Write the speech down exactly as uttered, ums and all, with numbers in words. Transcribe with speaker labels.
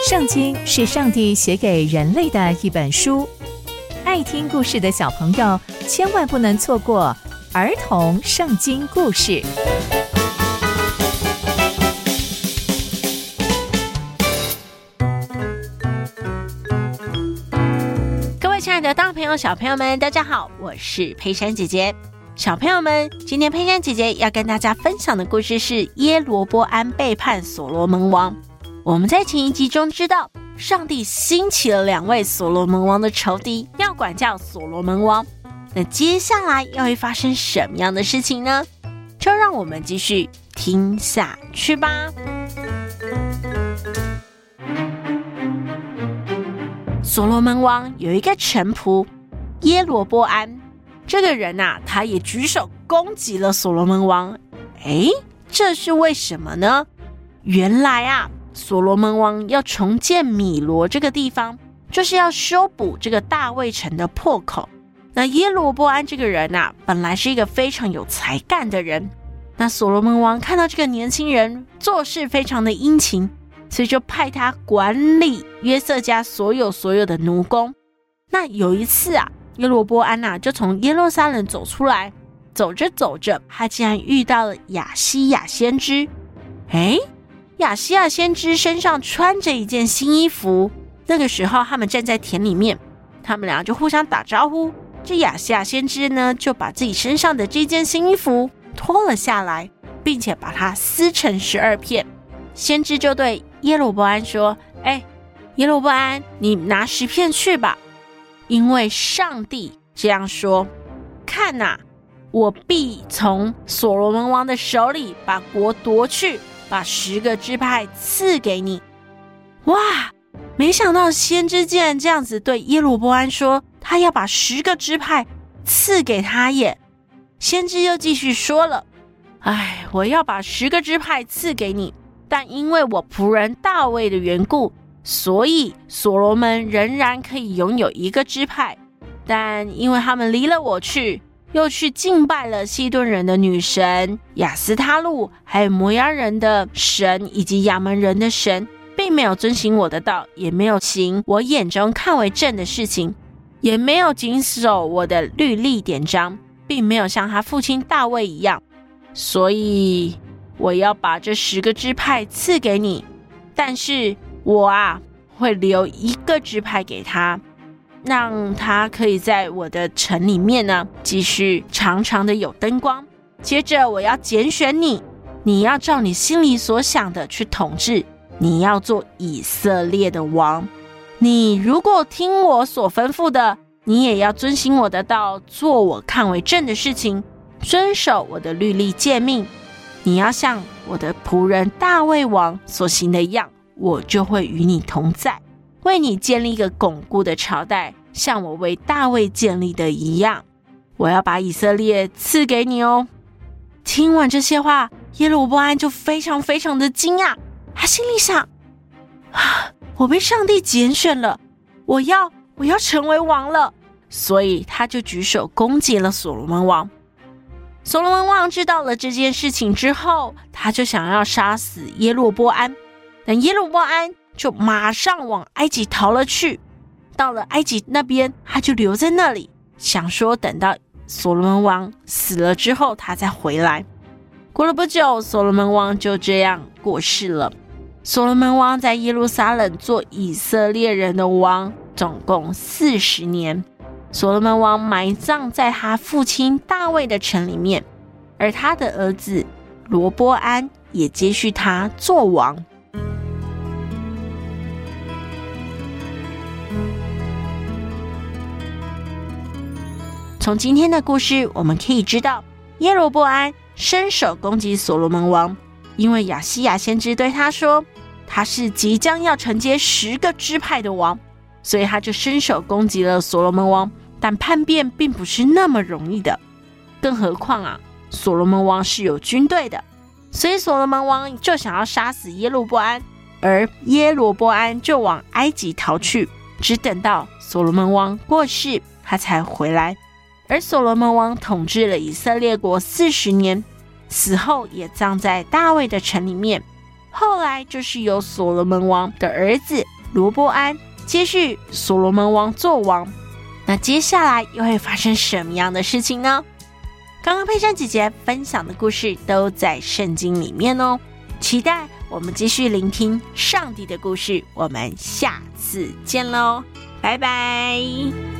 Speaker 1: 圣经是上帝写给人类的一本书，爱听故事的小朋友千万不能错过儿童圣经故事。
Speaker 2: 各位亲爱的大朋友小朋友们，大家好，我是佩珊姐姐。小朋友们，今天佩珊姐姐要跟大家分享的故事是耶罗波安背叛所罗门王。我们在前一集中知道，上帝兴起了两位所罗门王的仇敌，要管教所罗门王。那接下来又会发生什么样的事情呢？就让我们继续听下去吧。所罗门王有一个臣仆耶罗波安，这个人啊，他也举手攻击了所罗门王。诶，这是为什么呢？原来啊，所罗门王要重建米罗这个地方，就是要修补这个大卫城的破口。那耶罗波安这个人啊，本来是一个非常有才干的人。那所罗门王看到这个年轻人做事非常的殷勤，所以就派他管理约瑟家所有所有的奴工。那有一次啊，耶罗波安啊就从耶路撒冷走出来，走着走着，他竟然遇到了亚西亚先知。诶，亚西亚先知身上穿着一件新衣服，那个时候他们站在田里面，他们俩就互相打招呼。这亚西亚先知呢，就把自己身上的这件新衣服脱了下来，并且把它撕成十二片。先知就对耶罗波安说：哎，耶罗波安，你拿十片去吧，因为上帝这样说，看啊，我必从所罗门王的手里把国夺去，把十个支派赐给你。哇，没想到先知竟然这样子对耶罗波安说，他要把十个支派赐给他耶。先知又继续说了，哎，我要把十个支派赐给你，但因为我仆人大卫的缘故，所以所罗门仍然可以拥有一个支派，但因为他们离了我去，又去敬拜了西顿人的女神亚斯他路，还有摩押人的神以及亚门人的神，并没有遵行我的道，也没有行我眼中看为正的事情，也没有谨守我的律例典章，并没有像他父亲大卫一样，所以我要把这十个支派赐给你，但是我啊会留一个支派给他，让他可以在我的城里面呢继续长长的有灯光。接着我要拣选你，你要照你心里所想的去统治，你要做以色列的王。你如果听我所吩咐的，你也要遵行我的道，做我看为正的事情，遵守我的律例诫命。你要像我的仆人大卫王所行的一样，我就会与你同在，为你建立一个巩固的朝代，像我为大卫建立的一样。我要把以色列赐给你哦。听完这些话，耶罗波安就非常非常的惊讶，他心里想，啊，我被上帝拣选了，我要我要成为王了。所以他就举手攻击了所罗门王。所罗门王知道了这件事情之后，他就想要杀死耶罗波安，但耶罗波安就马上往埃及逃了去。到了埃及那边，他就留在那里，想说等到所罗门王死了之后他再回来。过了不久，所罗门王就这样过世了。所罗门王在耶路撒冷做以色列人的王，总共四十年。所罗门王埋葬在他父亲大卫的城里面，而他的儿子罗波安也接续他做王。从今天的故事我们可以知道，耶罗波安伸手攻击所罗门王，因为亚西亚先知对他说，他是即将要承接十个支派的王，所以他就伸手攻击了所罗门王。但叛变并不是那么容易的，更何况啊，所罗门王是有军队的，所以所罗门王就想要杀死耶罗波安，而耶罗波安就往埃及逃去，只等到所罗门王过世，他才回来。而所罗门王统治了以色列国四十年，死后也葬在大卫的城里面。后来就是由所罗门王的儿子罗波安接续所罗门王做王。那接下来又会发生什么样的事情呢？刚刚佩珊姐姐分享的故事都在圣经里面哦，期待我们继续聆听上帝的故事。我们下次见喽，拜拜。